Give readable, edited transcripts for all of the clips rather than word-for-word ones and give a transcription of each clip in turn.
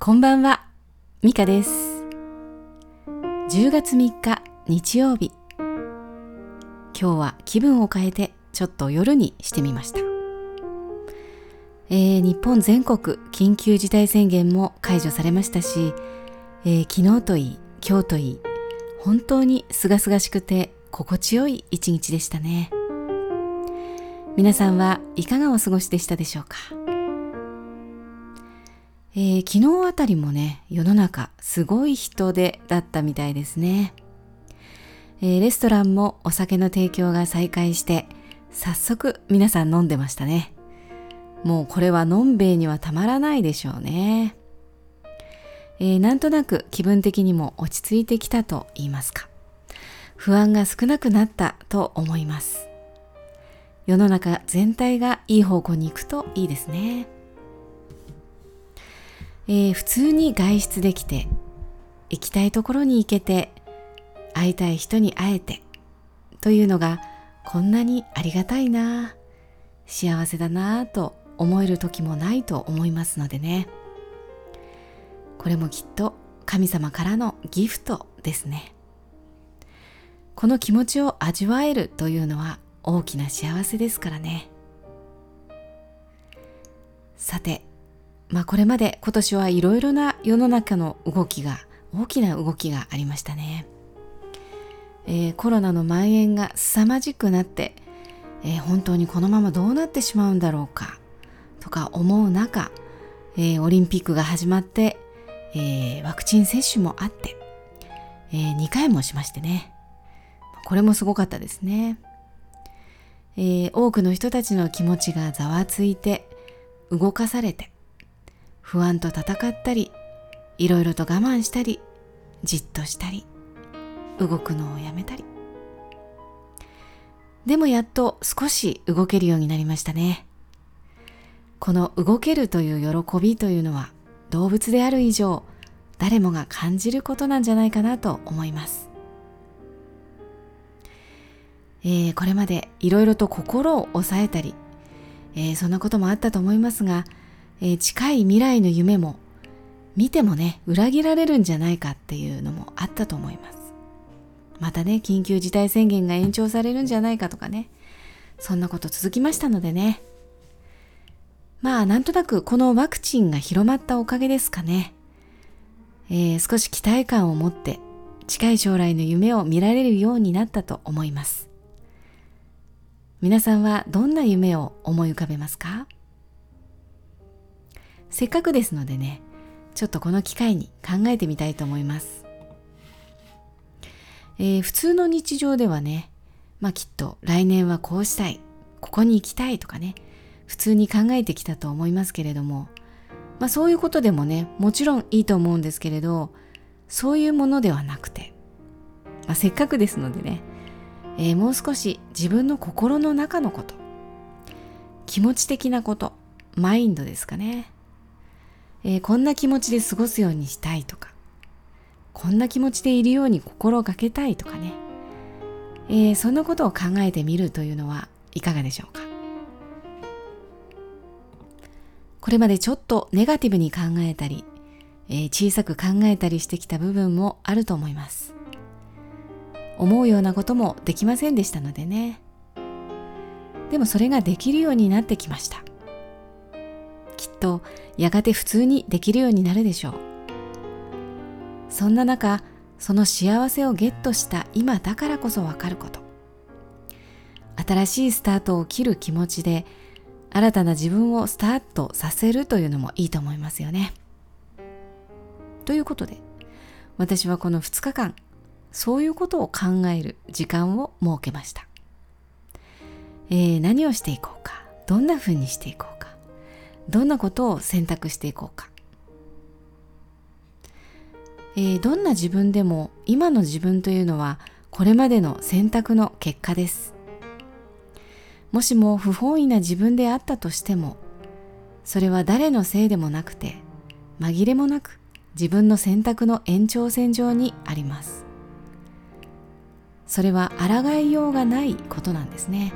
こんばんは、ミカです。10月3日日曜日。今日は気分を変えてちょっと夜にしてみました。日本全国緊急事態宣言も解除されましたし、昨日といい今日といい本当にすがすがしくて心地よい一日でしたね。皆さんはいかがお過ごしでしたでしょうか。昨日あたりもね、世の中すごい人出だったみたいですね。レストランもお酒の提供が再開して早速皆さん飲んでましたね。もうこれはのんべえにはたまらないでしょうね。なんとなく気分的にも落ち着いてきたと言いますか、不安が少なくなったと思います。世の中全体がいい方向に行くといいですね。普通に外出できて、行きたいところに行けて、会いたい人に会えてというのがこんなにありがたいな、幸せだなと思える時もないと思いますのでね。これもきっと神様からのギフトですね。この気持ちを味わえるというのは大きな幸せですからね。さて、これまで今年はいろいろな世の中の大きな動きがありましたね。コロナの蔓延が凄まじくなって、本当にこのままどうなってしまうんだろうかとか思う中、オリンピックが始まって、ワクチン接種もあって、2回もしましてね。これもすごかったですね。多くの人たちの気持ちがざわついて動かされて、不安と戦ったり、いろいろと我慢したり、じっとしたり、動くのをやめたり。でもやっと少し動けるようになりましたね。この動けるという喜びというのは動物である以上、誰もが感じることなんじゃないかなと思います。これまでいろいろと心を抑えたり、そんなこともあったと思いますが、近い未来の夢も見てもね、裏切られるんじゃないかっていうのもあったと思います。またね、緊急事態宣言が延長されるんじゃないかとかね、そんなこと続きましたのでね。なんとなくこのワクチンが広まったおかげですかね。少し期待感を持って近い将来の夢を見られるようになったと思います。皆さんはどんな夢を思い浮かべますか？せっかくですのでね、ちょっとこの機会に考えてみたいと思います。普通の日常ではね、きっと来年はこうしたい、ここに行きたいとかね、普通に考えてきたと思いますけれども、そういうことでもね、もちろんいいと思うんですけれど、そういうものではなくて、せっかくですのでね、もう少し自分の心の中のこと、気持ち的なこと、マインドですかね。こんな気持ちで過ごすようにしたいとか、こんな気持ちでいるように心がけたいとかね、そんなことを考えてみるというのはいかがでしょうか。これまでちょっとネガティブに考えたり、小さく考えたりしてきた部分もあると思います。思うようなこともできませんでしたのでね。でもそれができるようになってきました。きっとやがて普通にできるようになるでしょう。そんな中、その幸せをゲットした今だからこそわかること、新しいスタートを切る気持ちで新たな自分をスタートさせるというのもいいと思いますよね。ということで、私はこの2日間そういうことを考える時間を設けました。何をしていこうか、どんな風にしていこうか、どんなことを選択していこうか。どんな自分でも今の自分というのはこれまでの選択の結果です。もしも不本意な自分であったとしても、それは誰のせいでもなくて、紛れもなく自分の選択の延長線上にあります。それは抗いようがないことなんですね。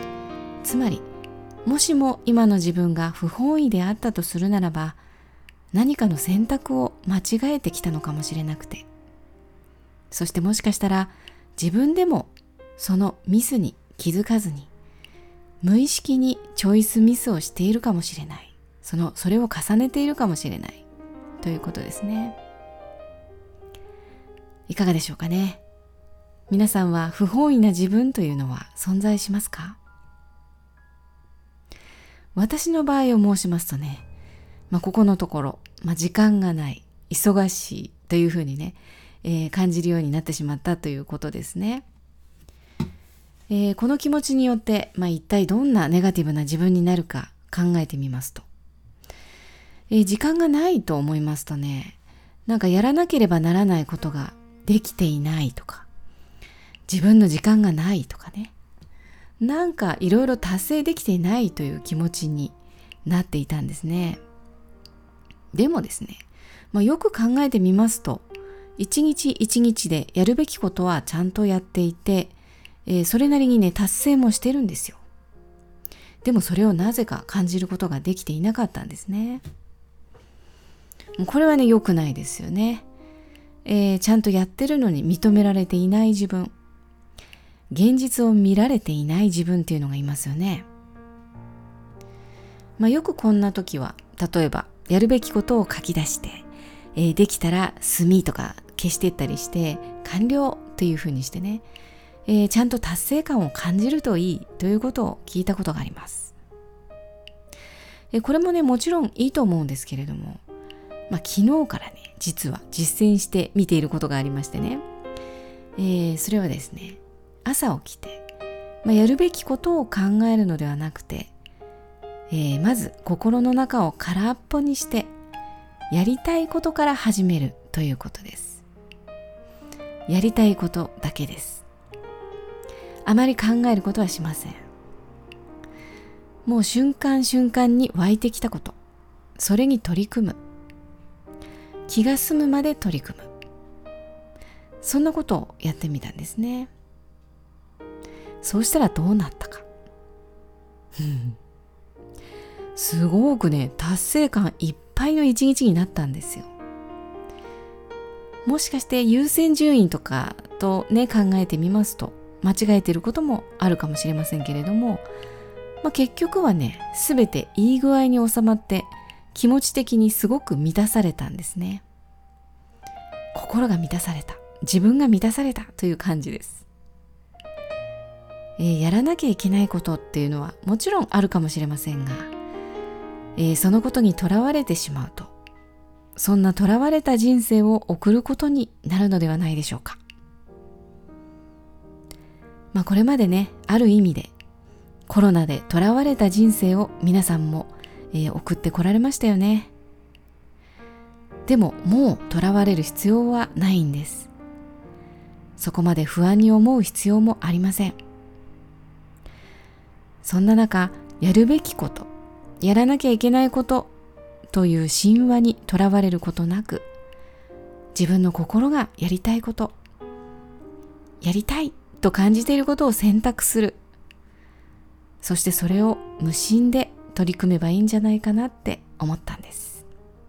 つまり、もしも今の自分が不本意であったとするならば、 何かの選択を間違えてきたのかもしれなくて、そしてもしかしたら自分でもそのミスに気づかずに無意識にチョイスミスをしているかもしれない、それを重ねているかもしれないということですね。いかがでしょうかね。皆さんは不本意な自分というのは存在しますか？私の場合を申しますとね、ここのところ、時間がない、忙しいというふうにね、感じるようになってしまったということですね。この気持ちによって、一体どんなネガティブな自分になるか考えてみますと、時間がないと思いますとね、やらなければならないことができていないとか、自分の時間がないとかね、いろいろ達成できていないという気持ちになっていたんですね。でもですね、よく考えてみますと、一日一日でやるべきことはちゃんとやっていて、それなりにね達成もしてるんですよ。でもそれをなぜか感じることができていなかったんですね。もうこれはね良くないですよね。ちゃんとやってるのに認められていない自分、現実を見られていない自分っていうのがいますよね。よくこんな時は、例えばやるべきことを書き出して、できたら墨とか消していったりして完了というふうにしてね、ちゃんと達成感を感じるといいということを聞いたことがあります。これもねもちろんいいと思うんですけれども、昨日からね実は実践してみていることがありましてね、それはですね、朝起きて、やるべきことを考えるのではなくて、まず心の中を空っぽにしてやりたいことから始めるということです。やりたいことだけです。あまり考えることはしません。もう瞬間瞬間に湧いてきたこと、それに取り組む。気が済むまで取り組む。そんなことをやってみたんですね。そうしたらどうなったか。すごくね、達成感いっぱいの一日になったんですよ。もしかして優先順位とかとね考えてみますと、間違えていることもあるかもしれませんけれども、結局はね、すべていい具合に収まって気持ち的にすごく満たされたんですね。心が満たされた、自分が満たされたという感じです。やらなきゃいけないことっていうのはもちろんあるかもしれませんが、そのことにとらわれてしまうと、そんなとらわれた人生を送ることになるのではないでしょうか。これまでね、ある意味でコロナでとらわれた人生を皆さんも、送ってこられましたよね。でももうとらわれる必要はないんです。そこまで不安に思う必要もありません。そんな中、やるべきこと、やらなきゃいけないことという神話にとらわれることなく、自分の心がやりたいこと、やりたいと感じていることを選択する。そしてそれを無心で取り組めばいいんじゃないかなって思ったんです。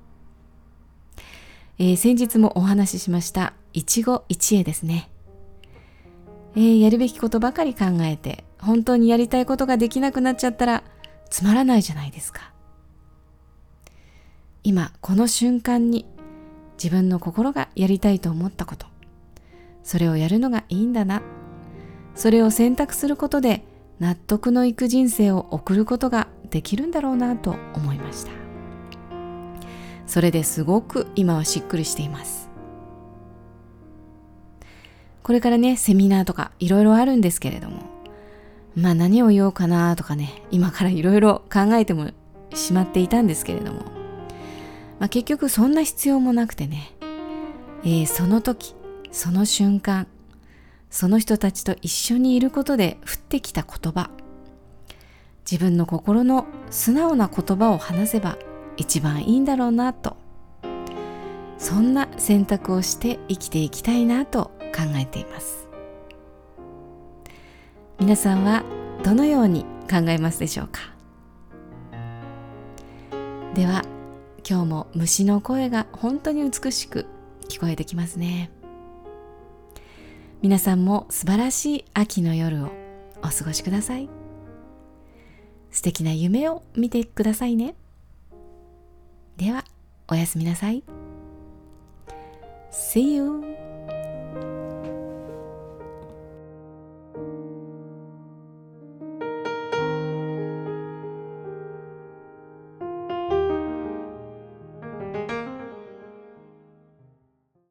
先日もお話ししました一期一会ですね。やるべきことばかり考えて本当にやりたいことができなくなっちゃったらつまらないじゃないですか。今この瞬間に自分の心がやりたいと思ったこと、それをやるのがいいんだな、それを選択することで納得のいく人生を送ることができるんだろうなと思いました。それですごく今はしっくりしています。これからね、セミナーとかいろいろあるんですけれども、何を言おうかなとかね、今からいろいろ考えてもしまっていたんですけれども、結局そんな必要もなくてね、その時その瞬間、その人たちと一緒にいることで降ってきた言葉、自分の心の素直な言葉を話せば一番いいんだろうなと、そんな選択をして生きていきたいなと考えています。皆さんはどのように考えますでしょうか。では今日も虫の声が本当に美しく聞こえてきますね。皆さんも素晴らしい秋の夜をお過ごしください。素敵な夢を見てくださいね。では、おやすみなさい。See you!